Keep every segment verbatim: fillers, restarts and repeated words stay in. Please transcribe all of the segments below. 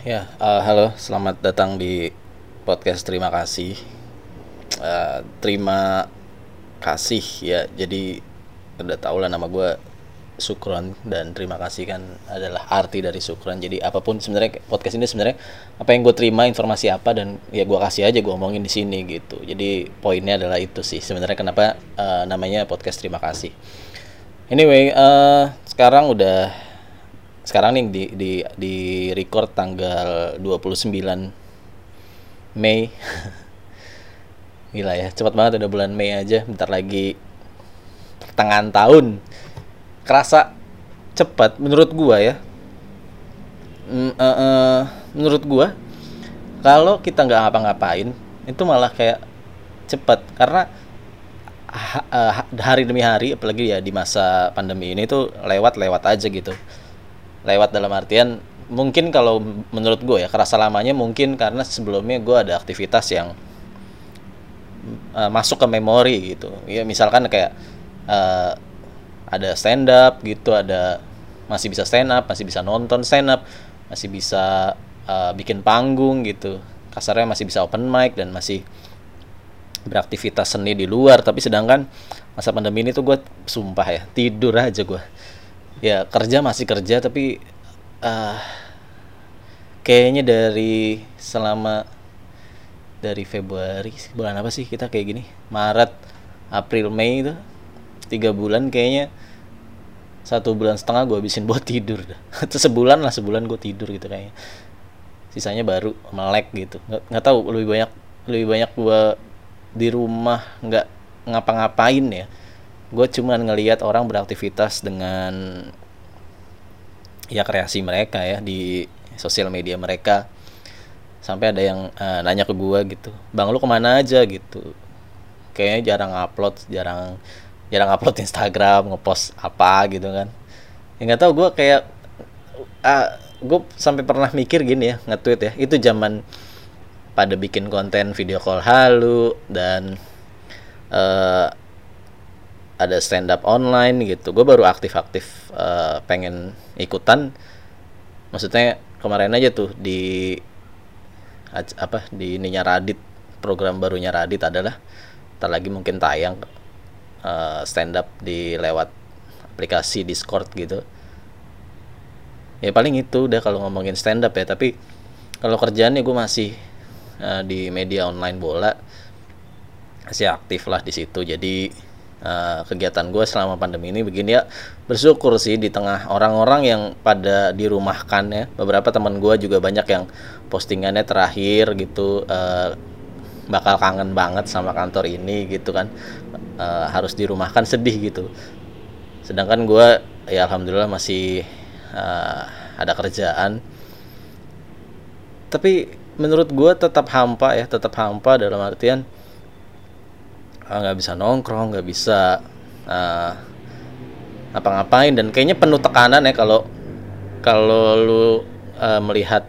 Ya, eh, halo, selamat datang di podcast. Terima kasih. Eh, terima kasih ya. Jadi udah tau lah nama gue Sukron, dan terima kasih kan adalah arti dari Sukron. Jadi apapun sebenarnya podcast ini sebenarnya apa yang gue terima, informasi apa, dan ya gue kasih aja, gue omongin di sini gitu. Jadi poinnya adalah itu sih sebenarnya kenapa eh, namanya podcast terima kasih. Anyway, eh sekarang udah sekarang nih di di di record tanggal dua puluh sembilan Mei. Gila ya, cepat banget udah bulan Mei aja, bentar lagi pertengahan tahun. Kerasa cepat menurut gua ya. Mm, eh, eh, menurut gua kalau kita nggak ngapa-ngapain itu malah kayak cepat, karena ha- eh, hari demi hari, apalagi ya di masa pandemi ini tuh lewat-lewat aja gitu. Lewat dalam artian mungkin kalau menurut gue ya kerasa lamanya mungkin karena sebelumnya gue ada aktivitas yang uh, masuk ke memori gitu ya, misalkan kayak uh, ada stand up gitu, ada masih bisa stand up, masih bisa nonton stand up, masih bisa uh, bikin panggung gitu, kasarnya masih bisa open mic dan masih beraktivitas seni di luar. Tapi sedangkan masa pandemi ini tuh gue sumpah ya tidur aja gue. Ya kerja masih kerja, tapi uh, kayaknya dari selama dari Februari, bulan apa sih kita kayak gini, Maret, April, Mei itu tiga bulan kayaknya, satu bulan setengah gue habisin buat tidur dah. Itu sebulan lah, sebulan gue tidur gitu kayaknya, sisanya baru melek gitu. Nggak, nggak tahu, lebih banyak lebih banyak gue di rumah nggak ngapa-ngapain ya. Gue cuman ngelihat orang beraktivitas dengan ya kreasi mereka ya di sosial media mereka, sampai ada yang uh, nanya ke gue gitu, bang lu kemana aja gitu, kayaknya jarang upload, jarang jarang upload Instagram, ngepost apa gitu kan. Ya nggak tahu, gue kayak uh, gue sampai pernah mikir gini ya, nge-tweet ya, itu zaman pada bikin konten video call halu dan uh, ada stand up online gitu, gue baru aktif-aktif uh, pengen ikutan. Maksudnya kemarin aja tuh di apa di ininya Radit, program barunya Radit adalah ntar lagi mungkin tayang uh, stand up di lewat aplikasi Discord gitu. Ya paling itu udah kalau ngomongin stand up ya. Tapi kalau kerjaannya gue masih uh, di media online bola, masih aktif lah di situ. Jadi uh, kegiatan gue selama pandemi ini begini ya, bersyukur sih di tengah orang-orang yang pada dirumahkan ya. Beberapa teman gue juga banyak yang postingannya terakhir gitu uh, bakal kangen banget sama kantor ini gitu kan, uh, harus dirumahkan, sedih gitu. Sedangkan gue ya alhamdulillah masih uh, ada kerjaan. Tapi menurut gue tetap hampa ya, tetap hampa dalam artian nggak uh, bisa nongkrong, nggak bisa uh, apa-ngapain, dan kayaknya penuh tekanan ya kalau kalau lu uh, melihat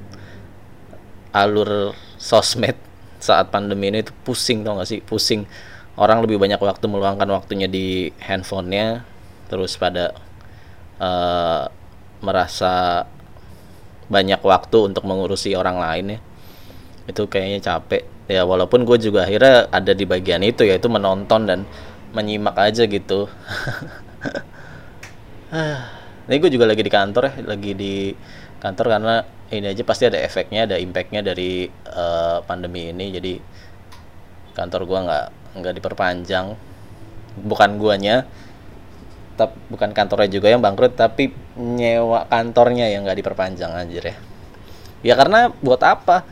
alur sosmed saat pandemi ini. Itu pusing, tau gak sih, pusing. Orang lebih banyak waktu meluangkan waktunya di handphonenya, terus pada uh, merasa banyak waktu untuk mengurusi orang lain ya. Itu kayaknya capek ya, walaupun gue juga akhirnya ada di bagian itu, yaitu menonton dan menyimak aja gitu. Ini gue juga lagi di kantor ya, lagi di kantor karena ini aja pasti ada efeknya, ada impactnya dari uh, pandemi ini. Jadi kantor gue nggak nggak diperpanjang, bukan guanya, tapi bukan kantornya juga yang bangkrut, tapi nyewa kantornya yang nggak diperpanjang anjir ya. Ya karena buat apa?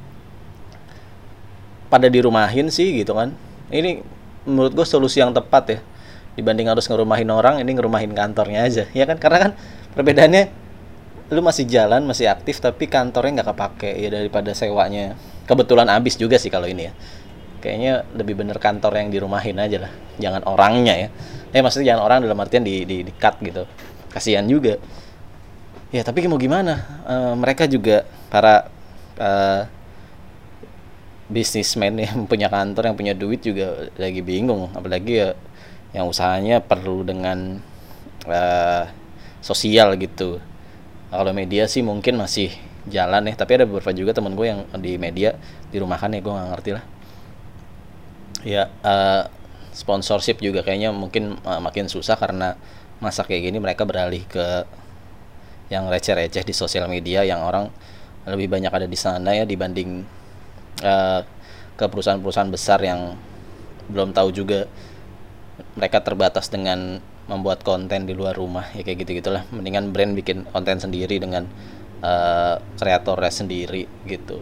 Pada dirumahin sih gitu kan. Ini menurut gue solusi yang tepat ya, dibanding harus ngerumahin orang, ini ngerumahin kantornya aja ya kan. Karena kan perbedaannya lu masih jalan, masih aktif, tapi kantornya nggak kepake ya, daripada sewanya kebetulan habis juga sih kalau ini ya. Kayaknya lebih bener kantor yang dirumahin aja lah, jangan orangnya ya. Eh maksudnya jangan orang dalam artian di di, di cut gitu, kasihan juga ya. Tapi mau gimana, e, mereka juga para e, bisnismen yang punya kantor, yang punya duit juga lagi bingung. Apalagi ya yang usahanya perlu dengan uh, sosial gitu. Nah, kalau media sih mungkin masih jalan ya, tapi ada beberapa juga temen gue yang di media dirumahkan ya, gue nggak ngerti lah ya. uh, sponsorship juga kayaknya mungkin uh, makin susah karena masa kayak gini mereka beralih ke yang receh-receh di sosial media, yang orang lebih banyak ada di sana ya dibanding uh, ke perusahaan-perusahaan besar yang belum tahu juga mereka terbatas dengan membuat konten di luar rumah ya, kayak gitu-gitulah. Mendingan brand bikin konten sendiri dengan uh, kreatornya sendiri gitu.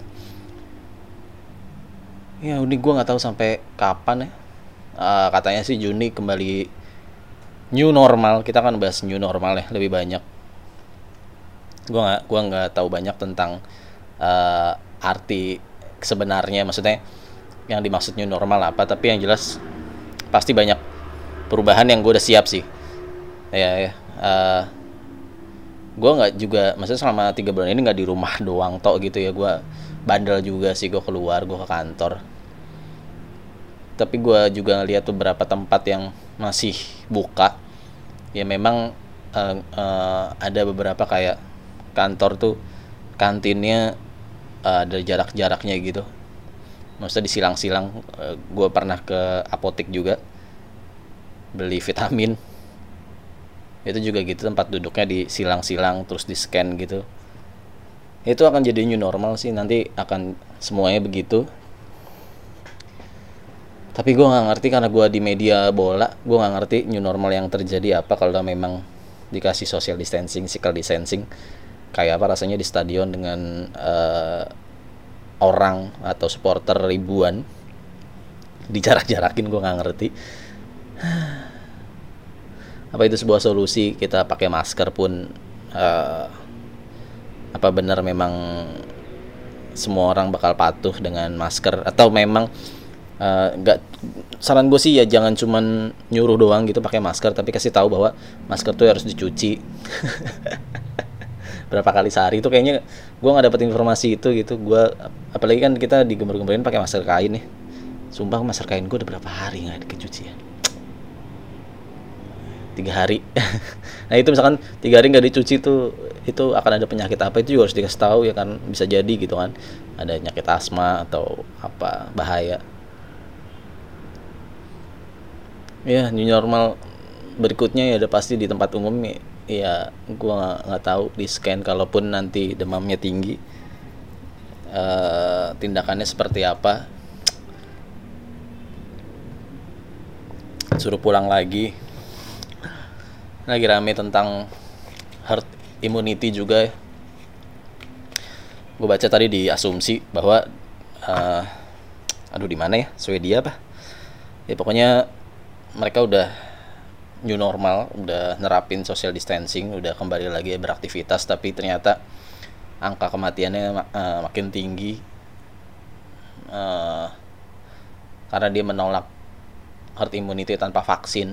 Ya ini gue nggak tahu sampai kapan ya. Uh, katanya sih Juni kembali new normal. Kita kan bahas new normal ya lebih banyak. Gue nggak gue nggak tahu banyak tentang uh, arti sebenarnya, maksudnya yang dimaksud new normal apa, tapi yang jelas pasti banyak perubahan yang gue udah siap sih ya, ya. Uh, gue nggak juga, maksudnya selama tiga bulan ini nggak di rumah doang tok gitu ya, gue bandel juga sih, gue keluar, gue ke kantor, tapi gue juga ngeliat beberapa tempat yang masih buka ya. Memang uh, uh, ada beberapa kayak kantor tuh kantinnya uh, ada jarak-jaraknya gitu, maksudnya disilang-silang. uh, gue pernah ke apotek juga beli vitamin, itu juga gitu, tempat duduknya disilang-silang terus di scan gitu. Itu akan jadi new normal sih, nanti akan semuanya begitu. Tapi gue nggak ngerti karena gue di media bola, gue nggak ngerti new normal yang terjadi apa kalau memang dikasih social distancing, physical distancing, kayak apa rasanya di stadion dengan uh, orang atau supporter ribuan dijarak-jarakin. Gue nggak ngerti apa itu sebuah solusi. Kita pakai masker pun uh, apa benar memang semua orang bakal patuh dengan masker, atau memang nggak uh, saran gue sih ya jangan cuman nyuruh doang gitu pakai masker, tapi kasih tahu bahwa masker tuh harus dicuci berapa kali sehari. Itu kayaknya gue nggak dapet informasi itu gitu. Gue apalagi kan kita digembar-gembarin pakai masker kain nih, sumpah masker kain gue udah berapa hari nggak dicuci ya, tiga hari. Nah itu misalkan tiga hari nggak dicuci tuh, itu akan ada penyakit apa itu juga harus dikasih tahu ya kan, bisa jadi gitu kan, ada penyakit asma atau apa, bahaya ya. New normal berikutnya ya udah pasti di tempat umum ya, gue nggak nggak tahu di scan, kalaupun nanti demamnya tinggi uh, tindakannya seperti apa, suruh pulang lagi. Lagi rame tentang herd immunity juga ya. Gue baca tadi di Asumsi bahwa uh, aduh di mana ya, Swedia apa ya, pokoknya mereka udah new normal, udah nerapin social distancing, udah kembali lagi beraktivitas, tapi ternyata angka kematiannya uh, makin tinggi uh, karena dia menolak herd immunity tanpa vaksin.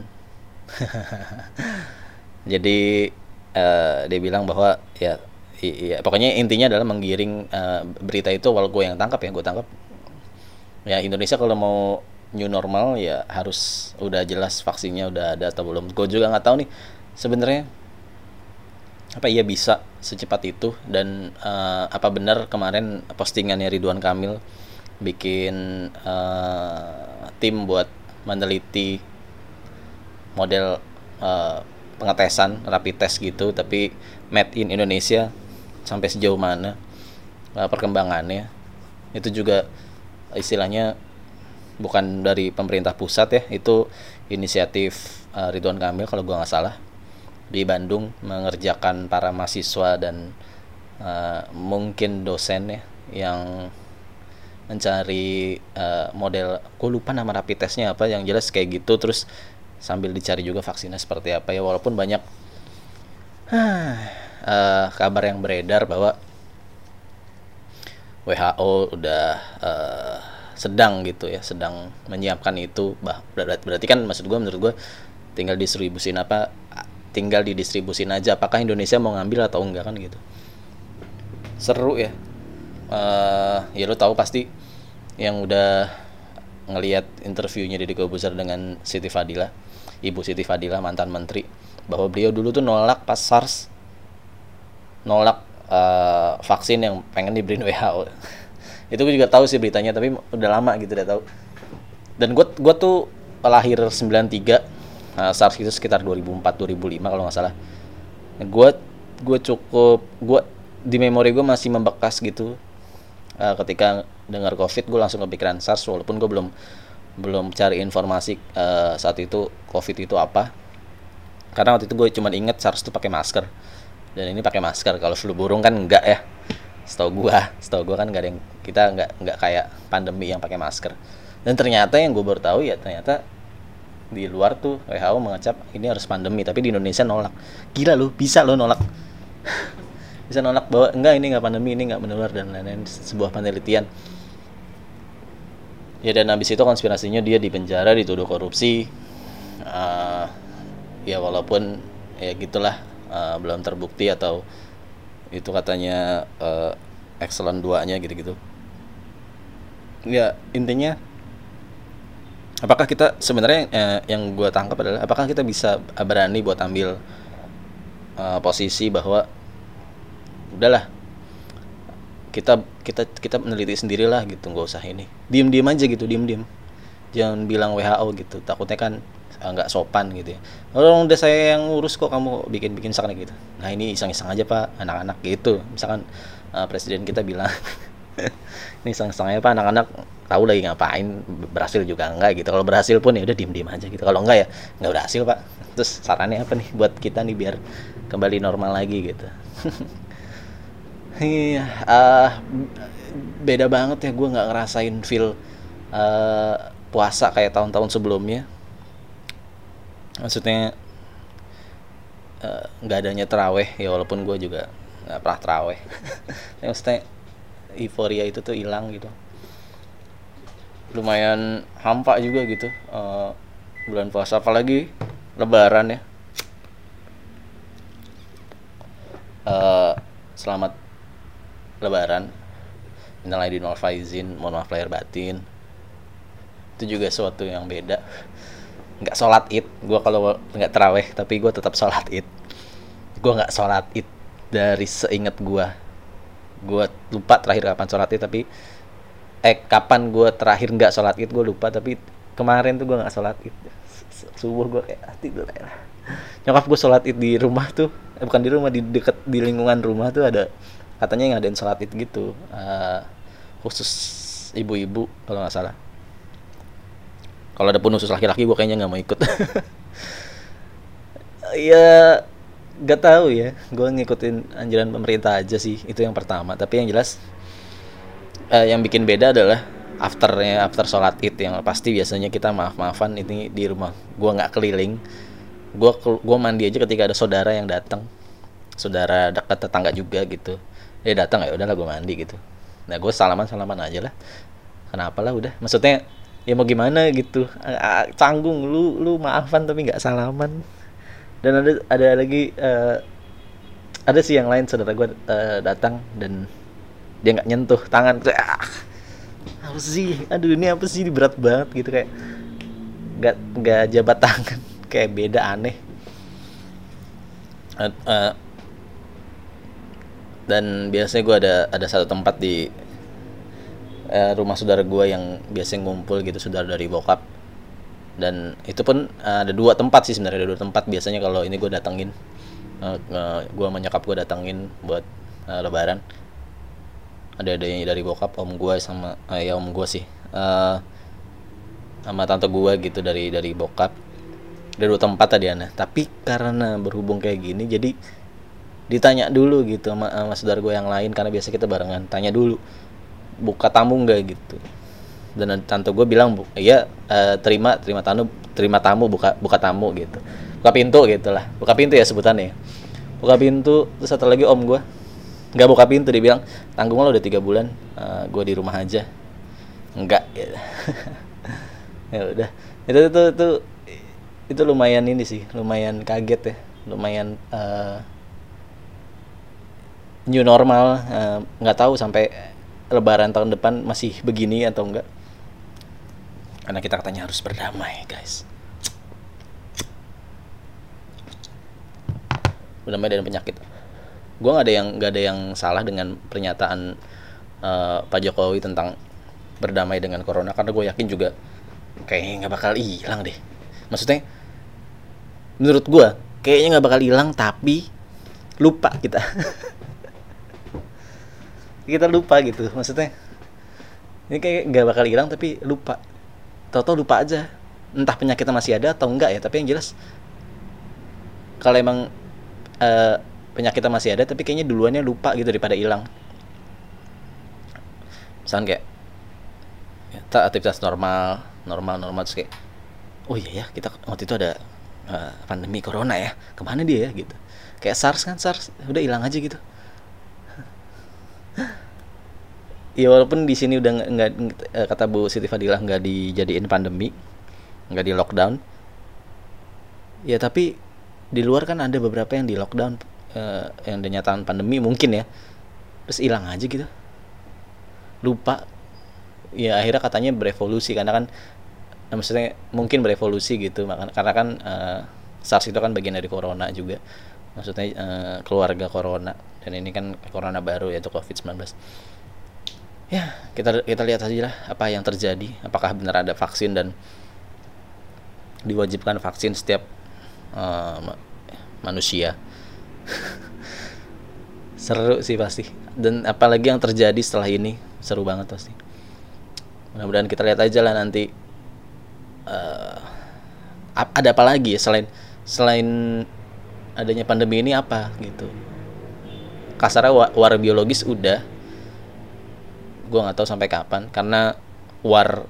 Jadi uh, dia bilang bahwa ya, iya, pokoknya intinya adalah menggiring uh, berita itu. Walau gue yang tangkap ya, gue tangkap ya Indonesia kalau mau new normal ya harus udah jelas vaksinnya udah ada atau belum. Gue juga nggak tahu nih sebenarnya apa iya bisa secepat itu, dan uh, apa benar kemarin postingannya Ridwan Kamil bikin uh, tim buat meneliti model uh, pengetesan rapid test gitu, tapi made in Indonesia, sampai sejauh mana uh, perkembangannya. Itu juga istilahnya bukan dari pemerintah pusat ya, itu inisiatif uh, Ridwan Kamil kalau gue nggak salah, di Bandung, mengerjakan para mahasiswa dan uh, mungkin dosen ya yang mencari uh, model, gue lupa nama rapid testnya apa, yang jelas kayak gitu. Terus sambil dicari juga vaksinnya seperti apa ya, walaupun banyak uh, kabar yang beredar bahwa W H O udah uh, sedang gitu ya, sedang menyiapkan itu. Bah, berarti, berarti kan maksud gue, menurut gue tinggal distribusin apa, tinggal didistribusin aja apakah Indonesia mau ngambil atau enggak kan gitu. Seru ya. Uh, ya lo tahu pasti yang udah ngelihat interviewnya Deddy Corbuzier dengan Siti Fadila, Ibu Siti Fadila, mantan menteri, bahwa beliau dulu tuh nolak pas SARS, nolak uh, vaksin yang pengen dibeliin W H O. Itu gue juga tahu sih beritanya, tapi udah lama gitu udah tahu. Dan gue gue tuh lahir sembilan tiga, uh, SARS itu sekitar dua ribu empat dua ribu lima kalau nggak salah. Gue gue cukup gue di memori gue masih membekas gitu. Uh, ketika dengar COVID gue langsung kepikiran SARS, walaupun gue belum belum cari informasi uh, saat itu COVID itu apa. Karena waktu itu gue cuma inget SARS itu pakai masker, dan ini pakai masker. Kalau flu burung kan enggak ya, setahu gue, setahu gue kan nggak ada yang, kita nggak nggak kayak pandemi yang pakai masker. Dan ternyata yang gue baru tahu ya ternyata di luar tuh W H O mengecap ini harus pandemi, tapi di Indonesia nolak. Gila lu, bisa lo nolak, bisa nolak bahwa enggak ini nggak pandemi, ini nggak menular dan lain-lain, sebuah penelitian. Ya dan habis itu konspirasinya dia dipenjara, dituduh korupsi. Uh, ya walaupun ya gitulah, uh, belum terbukti atau itu katanya uh, excellent dua-nya gitu-gitu. Ya intinya apakah kita sebenarnya eh, yang gue tangkap adalah apakah kita bisa berani buat ambil uh, posisi bahwa udahlah kita kita kita meneliti sendirilah gitu, nggak usah ini, diem-diem aja gitu, diem-diem, jangan bilang W H O gitu, takutnya kan nggak sopan gitu ya. Kalau udah saya yang urus kok kamu bikin-bikin misalkan gitu. Nah ini iseng-iseng aja pak anak-anak gitu, misalkan uh, presiden kita bilang ini iseng-iseng aja pak anak-anak, tahu lagi ngapain, berhasil juga enggak gitu. Kalau berhasil pun ya udah diem-diem aja gitu, kalau enggak ya nggak berhasil pak. Terus sarannya apa nih buat kita nih biar kembali normal lagi gitu. Iya, uh, beda banget ya, gue nggak ngerasain feel uh, puasa kayak tahun-tahun sebelumnya. Maksudnya nggak uh, adanya terawih ya, walaupun gue juga nggak pernah terawih. Maksudnya euforia itu tuh hilang gitu. Lumayan hampa juga gitu uh, bulan puasa, apalagi Lebaran ya. Uh, selamat Lebaran, minal aidin wal faizin, mohon maaf lahir batin. Itu juga suatu yang beda. Nggak sholat id, gue kalau nggak terawih tapi gue tetap sholat id. Gue nggak sholat id dari seingat gue. Gue lupa terakhir kapan sholat id, tapi eh kapan gue terakhir nggak sholat id gue lupa, tapi kemarin tuh gue nggak sholat id. Subuh gue kayak hati gue lah. Nyokap gue sholat id di rumah tuh, eh, bukan di rumah, di deket di lingkungan rumah tuh ada katanya ngadain sholat id gitu, uh, khusus ibu-ibu kalau nggak salah. Kalau ada pun khusus laki-laki gue kayaknya nggak mau ikut. Ya nggak tahu ya, gue ngikutin anjuran pemerintah aja sih, itu yang pertama. Tapi yang jelas uh, yang bikin beda adalah afternya, after sholat id yang pasti biasanya kita maaf-maafan ini di rumah. Gue nggak keliling, gue gue mandi aja ketika ada saudara yang datang, saudara dekat, tetangga juga gitu. Dia datang ya udahlah gue mandi gitu. Nah gue salaman salaman aja lah. Kenapa lah udah. Maksudnya ya mau gimana gitu. Canggung lu lu maafan tapi nggak salaman. Dan ada ada lagi uh, ada sih yang lain, saudara gue uh, datang dan dia nggak nyentuh tangan. Ah, apa sih? Aduh ini apa sih, berat banget gitu, kayak nggak nggak jabat tangan, kayak beda aneh. Uh, uh, Dan biasanya gue ada ada satu tempat di uh, rumah saudara gue yang biasanya ngumpul gitu, saudara dari bokap. Dan itu pun uh, ada dua tempat sih sebenarnya, ada dua tempat biasanya kalau ini gue datengin, uh, uh, gue sama nyokap gue datengin buat uh, Lebaran. Ada ada yang dari bokap, om gue sama uh, ya om gue sih, uh, sama tante gue gitu dari dari bokap. Ada dua tempat tadi Ana. Tapi karena berhubung kayak gini jadi ditanya dulu gitu sama, sama saudara gue yang lain, karena biasa kita barengan, tanya dulu buka tamu nggak gitu. Dan tante gue bilang iya, uh, terima terima tamu terima tamu buka buka tamu gitu, buka pintu gitulah, buka pintu ya sebutannya, buka pintu. Terus satu lagi om gue nggak buka pintu, dia bilang tanggung lo udah tiga bulan, uh, gue di rumah aja. Enggak gitu. Ya udah, itu itu itu itu lumayan ini sih, lumayan kaget ya, lumayan uh, new normal. Nggak uh, tahu sampai Lebaran tahun depan masih begini atau enggak, karena kita katanya harus berdamai guys, berdamai dengan penyakit. gue nggak ada yang nggak ada yang salah dengan pernyataan uh, Pak Jokowi tentang berdamai dengan corona, karena gue yakin juga kayaknya nggak bakal hilang deh. Maksudnya menurut gue kayaknya nggak bakal hilang, tapi lupa kita kita lupa gitu. Maksudnya ini kayak nggak bakal hilang tapi lupa, tau-tau lupa aja. Entah penyakitnya masih ada atau enggak ya, tapi yang jelas kalau emang uh, penyakitnya masih ada tapi kayaknya duluannya lupa gitu daripada hilang. Misalnya kayak ya, aktivitas normal normal normal terus kayak oh iya ya kita waktu itu ada uh, pandemi corona ya, kemana dia ya gitu. Kayak SARS kan, SARS udah hilang aja gitu. Ya walaupun di sini udah nggak, kata Bu Siti Fadilah, nggak dijadiin pandemi, nggak di lockdown ya, tapi di luar kan ada beberapa yang di lockdown, uh, yang dinyatakan pandemi mungkin ya, terus hilang aja gitu, lupa ya. Akhirnya katanya berevolusi karena kan nah, maksudnya mungkin berevolusi gitu, karena kan uh, SARS itu kan bagian dari corona juga, maksudnya uh, keluarga corona, dan ini kan corona baru yaitu covid sembilan belas. Ya kita kita lihat aja lah apa yang terjadi, apakah benar ada vaksin dan diwajibkan vaksin setiap uh, manusia. Seru sih pasti, dan apalagi yang terjadi setelah ini seru banget pasti. Mudah-mudahan kita lihat aja lah nanti uh, ada apa lagi ya selain selain adanya pandemi ini, apa gitu. Kasarnya war biologis udah, gue nggak tahu sampai kapan, karena war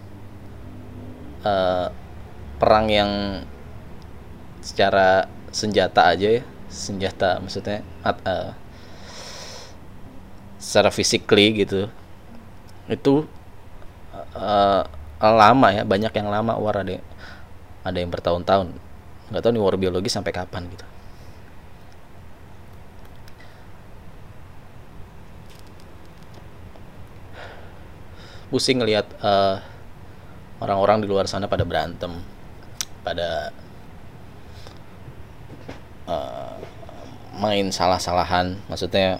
uh, perang yang secara senjata aja ya, senjata maksudnya uh, secara physically gitu, itu uh, lama ya, banyak yang lama war, ada ada yang bertahun-tahun. Nggak tahu nih war biologi sampai kapan gitu. Pusing ngelihat uh, orang-orang di luar sana pada berantem, pada uh, main salah-salahan. Maksudnya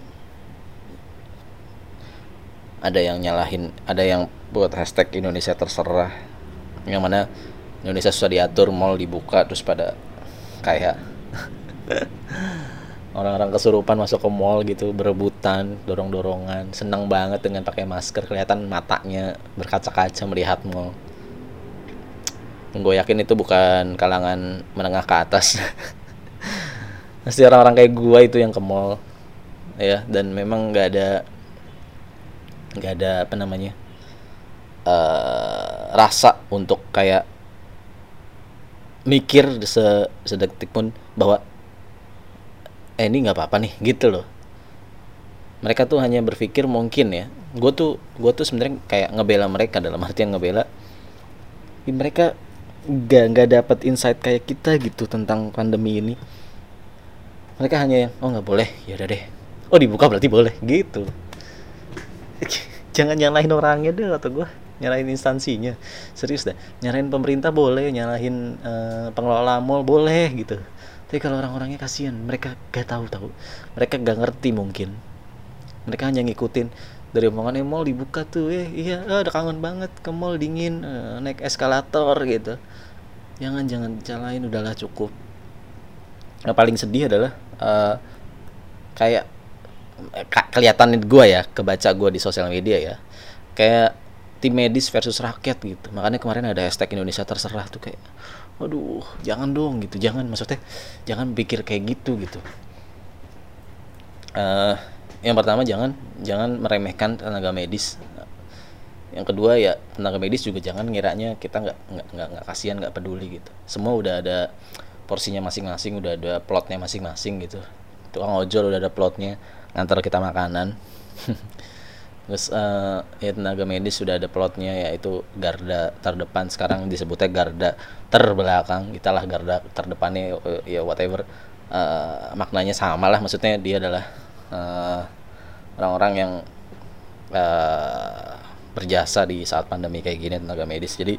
ada yang nyalahin, ada yang buat hashtag Indonesia terserah, yang mana Indonesia susah diatur, mall dibuka terus pada kayak orang-orang kesurupan masuk ke mall gitu, berebutan, dorong-dorongan, senang banget dengan pakai masker, kelihatan matanya berkaca-kaca melihat mall. Gue yakin itu bukan kalangan menengah ke atas. Pasti orang-orang kayak gue itu yang ke mall ya, dan memang nggak ada nggak ada apa namanya uh, rasa untuk kayak mikir sedetik pun bahwa eh ini nggak apa-apa nih gitu loh. Mereka tuh hanya berpikir mungkin ya, gue tuh gue tuh sebenarnya kayak ngebela mereka, dalam artian ngebela ya, mereka nggak nggak dapat insight kayak kita gitu tentang pandemi ini. Mereka hanya yang oh nggak boleh, ya udah deh, oh dibuka berarti boleh gitu. Jangan nyalahin orangnya deh kata gue, nyalahin instansinya. Serius dah, nyalahin pemerintah boleh, nyalahin uh, pengelola mall boleh gitu. Tapi kalau orang-orangnya kasihan, mereka gak tahu tahu, mereka gak ngerti mungkin. Mereka hanya ngikutin dari omongan eh mall dibuka tuh, eh iya eh, udah kangen banget ke mall dingin, eh, naik eskalator gitu. Jangan jangan calain, udahlah cukup. Yang paling sedih adalah uh, kayak ka- kelihatan gue ya, kebaca gue di sosial media ya, kayak tim medis versus rakyat gitu. Makanya kemarin ada hashtag Indonesia terserah tuh, kayak aduh jangan dong gitu, jangan, maksudnya jangan pikir kayak gitu gitu. Uh, yang pertama jangan jangan meremehkan tenaga medis. Yang kedua ya tenaga medis juga jangan ngiranya kita nggak nggak nggak nggak kasihan, nggak peduli gitu. Semua udah ada porsinya masing-masing, udah ada plotnya masing-masing gitu. Tukang ojol udah ada plotnya ngantar kita makanan. Terus uh, ya tenaga medis sudah ada plotnya, yaitu garda terdepan, sekarang disebutnya garda terbelakang. Kita lah garda terdepannya, ya whatever, uh, maknanya sama lah. Maksudnya dia adalah uh, orang-orang yang uh, berjasa di saat pandemi kayak gini, tenaga medis. Jadi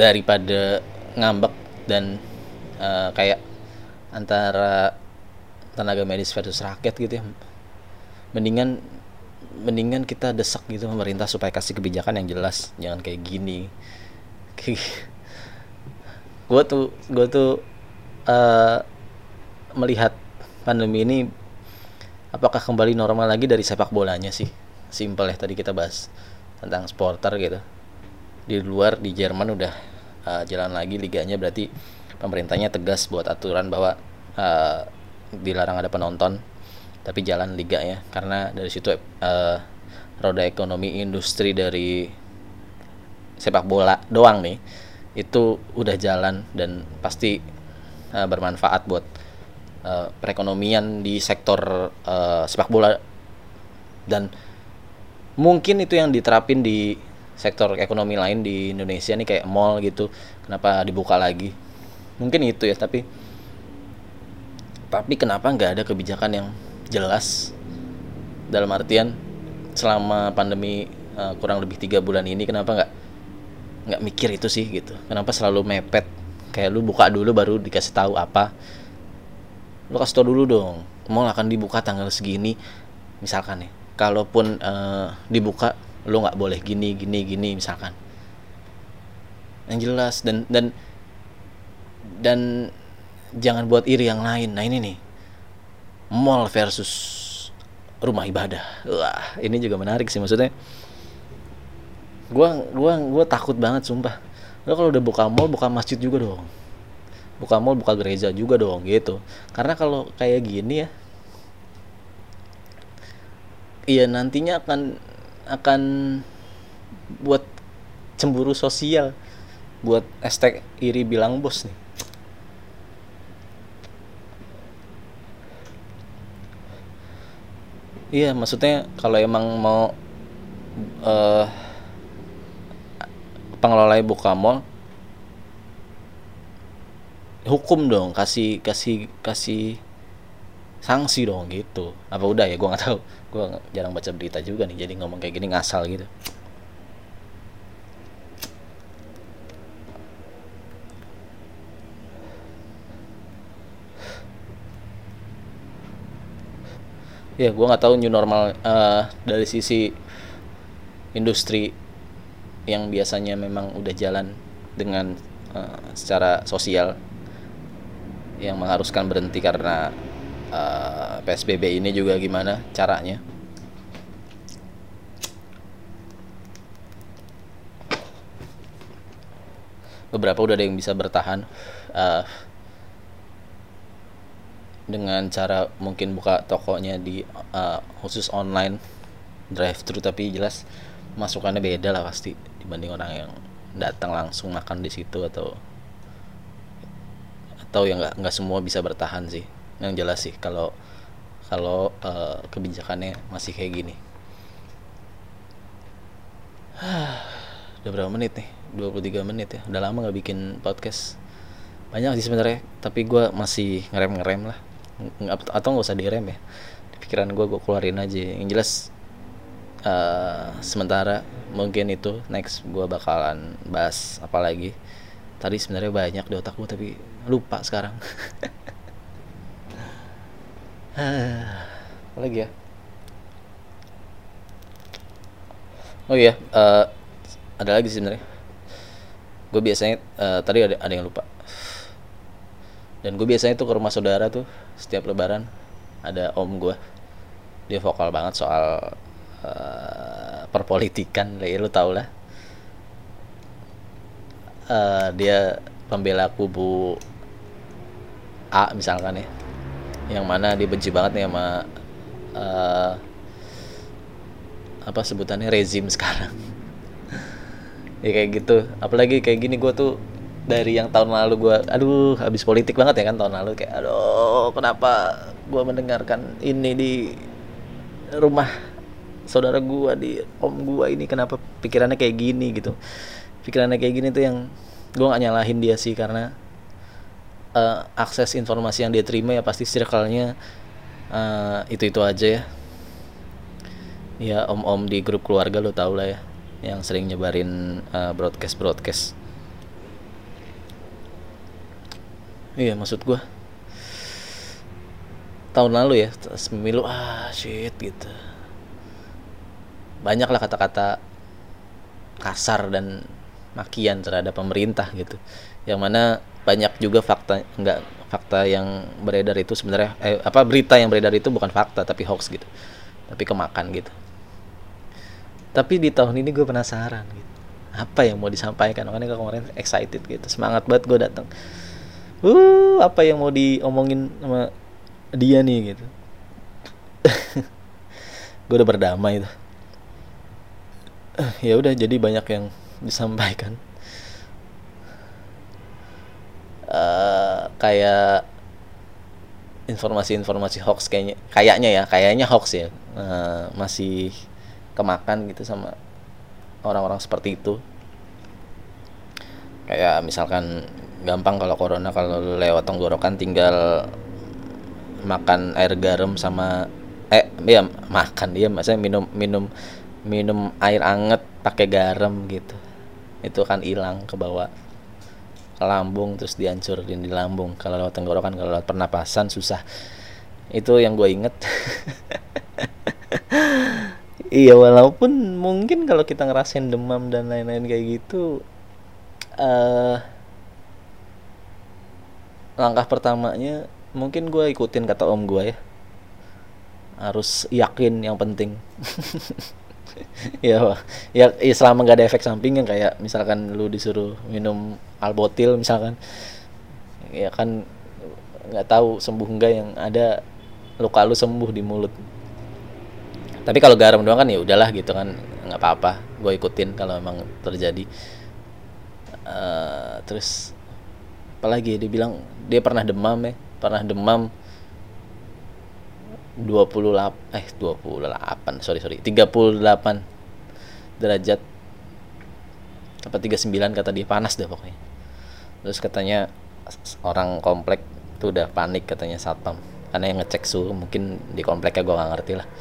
daripada ngambek dan uh, kayak antara tenaga medis versus rakyat gitu ya. Mendingan mendingan kita desak gitu pemerintah supaya kasih kebijakan yang jelas, jangan kayak gini. gue tuh gue tuh uh, melihat pandemi ini apakah kembali normal lagi dari sepak bolanya sih. Simpel ya, tadi kita bahas tentang supporter gitu. Di luar, di Jerman udah uh, jalan lagi liganya, berarti pemerintahnya tegas buat aturan bahwa uh, dilarang ada penonton, tapi jalan liga ya, karena dari situ uh, roda ekonomi industri dari sepak bola doang nih itu udah jalan dan pasti uh, bermanfaat buat uh, perekonomian di sektor uh, sepak bola, dan mungkin itu yang diterapin di sektor ekonomi lain di Indonesia nih kayak mall gitu, kenapa dibuka lagi, mungkin itu ya. Tapi tapi kenapa nggak ada kebijakan yang jelas, dalam artian selama pandemi uh, kurang lebih tiga bulan ini kenapa nggak nggak mikir itu sih gitu. Kenapa selalu mepet, kayak lu buka dulu baru dikasih tahu apa, lu kasih tahu dulu dong mall akan dibuka tanggal segini misalkan nih. Kalaupun uh, dibuka lu nggak boleh gini gini gini misalkan, yang jelas, dan dan dan jangan buat iri yang lain. Nah ini nih, mall versus rumah ibadah. Wah, ini juga menarik sih, maksudnya. Gua gua gua takut banget sumpah. Lo kalau udah buka mall, buka masjid juga dong. Buka mall, buka gereja juga dong gitu. Karena kalau kayak gini ya, iya nantinya akan akan buat cemburu sosial, buat hashtag iri bilang bos nih. Iya, maksudnya kalau emang mau uh, pengelola buka mall, hukum dong, kasih kasih kasih sanksi dong gitu. Apa udah ya, gue nggak tahu, gue jarang baca berita juga nih, jadi ngomong kayak gini ngasal gitu. Ya gue nggak tahu new normal uh, dari sisi industri yang biasanya memang udah jalan dengan uh, secara sosial, yang mengharuskan berhenti karena uh, P S B B ini juga gimana caranya. Beberapa udah ada yang bisa bertahan uh, dengan cara mungkin buka tokonya di uh, khusus online drive thru, tapi jelas masukannya beda lah pasti dibanding orang yang datang langsung makan di situ, atau atau yang nggak nggak semua bisa bertahan sih. Yang jelas sih kalau kalau uh, kebijakannya masih kayak gini. Udah berapa menit nih? dua puluh tiga menit ya. Udah lama nggak bikin podcast. Banyak sih sebenarnya, tapi gue masih ngerem-ngerem lah. Nggak, atau nggak usah direm ya. Di pikiran gue gue keluarin aja. Yang jelas uh, sementara mungkin itu next gue bakalan bahas apa lagi. Tadi sebenarnya banyak di otak gue tapi lupa sekarang. Apa lagi ya? Oh iya, uh, ada lagi sebenarnya. Gue biasanya uh, tadi ada ada yang lupa. Dan gue biasanya tuh ke rumah saudara tuh setiap lebaran, ada om gue. Dia vokal banget soal uh, perpolitikan, ya lu tau lah. Uh, dia pembela kubu A misalkan ya, yang mana dia benci banget nih sama uh, apa sebutannya rezim sekarang. Ya kayak gitu. Apalagi kayak gini, gue tuh dari yang tahun lalu gue, aduh habis politik banget ya kan tahun lalu, kayak aduh kenapa gue mendengarkan ini di rumah saudara gue, di om gue ini, kenapa pikirannya kayak gini gitu. Pikirannya kayak gini tuh yang gue gak nyalahin dia sih, karena uh, akses informasi yang dia terima ya pasti circle-nya uh, itu-itu aja ya. Ya om-om di grup keluarga lo tau lah ya, yang sering nyebarin uh, broadcast-broadcast. Iya maksud gue, tahun lalu ya, pemilu, ah shit gitu, banyak lah kata-kata kasar dan makian terhadap pemerintah gitu, yang mana banyak juga fakta enggak fakta yang beredar itu sebenarnya eh, apa berita yang beredar itu bukan fakta tapi hoax gitu, tapi kemakan gitu. Tapi di tahun ini gue penasaran gitu, apa yang mau disampaikan, makanya kemarin excited gitu, semangat banget gue datang. Uh, apa yang mau diomongin sama dia nih gitu. Gue udah berdamai tuh. Uh, ya udah, jadi banyak yang disampaikan. Uh, kayak informasi-informasi hoax kayaknya, kayaknya ya, kayaknya hoax ya, uh, masih kemakan gitu sama orang-orang seperti itu. Kayak misalkan gampang kalau corona, kalau lewat tenggorokan tinggal makan air garam sama eh ya makan dia maksudnya minum minum minum air anget pakai garam gitu, itu kan hilang ke bawah ke lambung, terus dihancurin di lambung kalau lewat tenggorokan. Kalau lewat pernapasan susah. Itu yang gue inget. Iya, walaupun mungkin kalau kita ngerasain demam dan lain-lain kayak gitu, uh, langkah pertamanya mungkin gue ikutin kata om gue ya, harus yakin yang penting. ya, ya ya selama nggak ada efek samping yang kayak misalkan lu disuruh minum Albotil misalkan, ya kan nggak tahu sembuh enggak, yang ada luka lu sembuh di mulut. Tapi kalau garam doang kan ya udahlah gitu kan, nggak apa-apa, gue ikutin kalau memang terjadi. Uh, terus apalagi dia bilang dia pernah demam ya, pernah demam dua puluh delapan eh dua puluh delapan sorry sorry tiga puluh delapan derajat apa tiga puluh sembilan kata dia, panas deh pokoknya. Terus katanya orang komplek tuh udah panik katanya, satpam, karena yang ngecek suhu mungkin di kompleknya, gue nggak ngerti lah.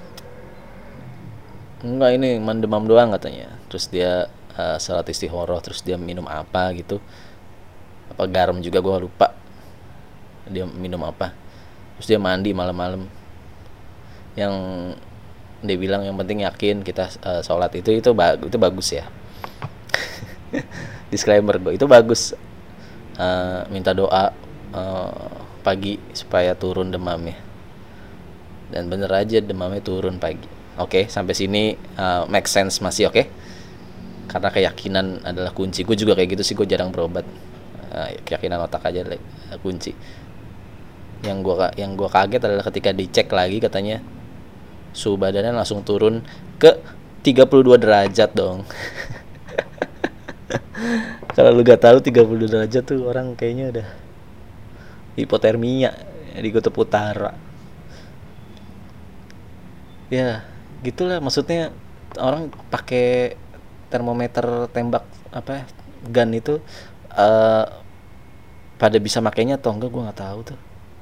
Enggak, ini demam doang katanya. Terus dia uh, salat istihoroh, terus dia minum apa gitu, apa garam juga gue lupa dia minum apa. Terus dia mandi malam-malam. Yang dia bilang yang penting yakin kita uh, sholat itu itu bagus, itu bagus ya. Disclaimer gue, itu bagus. Uh, minta doa uh, pagi supaya turun demamnya. Dan bener aja demamnya turun pagi. Oke, okay, sampai sini uh, make sense masih oke. Okay? Karena keyakinan adalah kunci. Gue juga kayak gitu sih, gue jarang berobat. Uh, keyakinan otak aja uh, kunci. Yang gue yang gue kaget adalah ketika dicek lagi katanya suhu badannya langsung turun ke tiga puluh dua derajat dong. Kalau lu gak tahu tiga puluh dua derajat tuh orang kayaknya udah hipotermia di kutub utara. Ya, gitulah maksudnya, orang pakai termometer tembak apa gun itu uh, pada bisa makainya atau enggak gue nggak tahu tuh.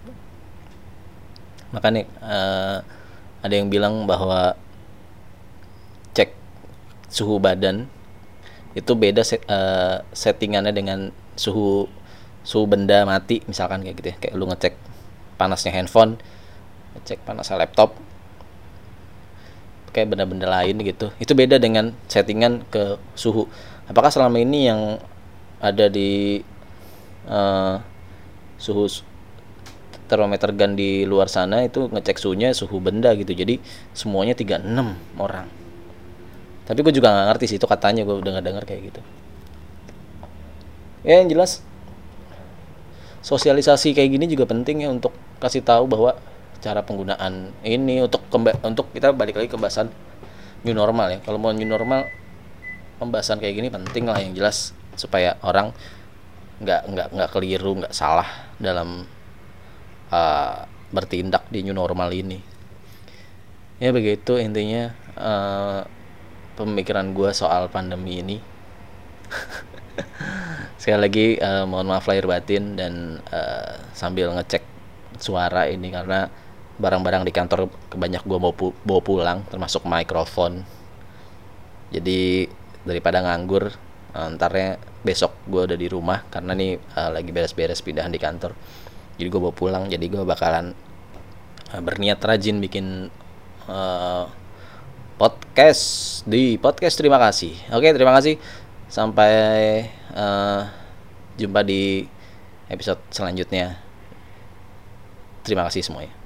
Makanya uh, ada yang bilang bahwa cek suhu badan itu beda set, uh, settingannya dengan suhu suhu benda mati misalkan kayak gitu ya, kayak lu ngecek panasnya handphone, ngecek panasnya laptop, kayak benda-benda lain gitu, itu beda dengan settingan ke suhu. Apakah selama ini yang ada di uh, suhu termometer gun di luar sana itu ngecek suhunya suhu benda gitu, jadi semuanya tiga puluh enam orang. Tapi gue juga gak ngerti sih, itu katanya gue dengar-dengar kayak gitu. Ya yang jelas sosialisasi kayak gini juga penting ya, untuk kasih tahu bahwa cara penggunaan ini untuk kemba- untuk kita balik lagi ke pembahasan new normal ya. Kalau mau new normal, pembahasan kayak gini penting lah, yang jelas supaya orang nggak nggak nggak keliru, nggak salah dalam uh, bertindak di new normal ini. Ya begitu intinya uh, pemikiran gue soal pandemi ini. Sekali lagi uh, mohon maaf lahir batin, dan uh, sambil ngecek suara ini karena barang-barang di kantor banyak gue bawa, pu- bawa pulang, termasuk mikrofon. Jadi daripada nganggur, uh, entarnya besok gue udah di rumah karena nih uh, lagi beres-beres pindahan di kantor. Jadi gue bawa pulang, jadi gue bakalan uh, berniat rajin bikin uh, podcast di podcast Terima Kasih. Oke, terima kasih. Sampai uh, jumpa di episode selanjutnya. Terima kasih semuanya.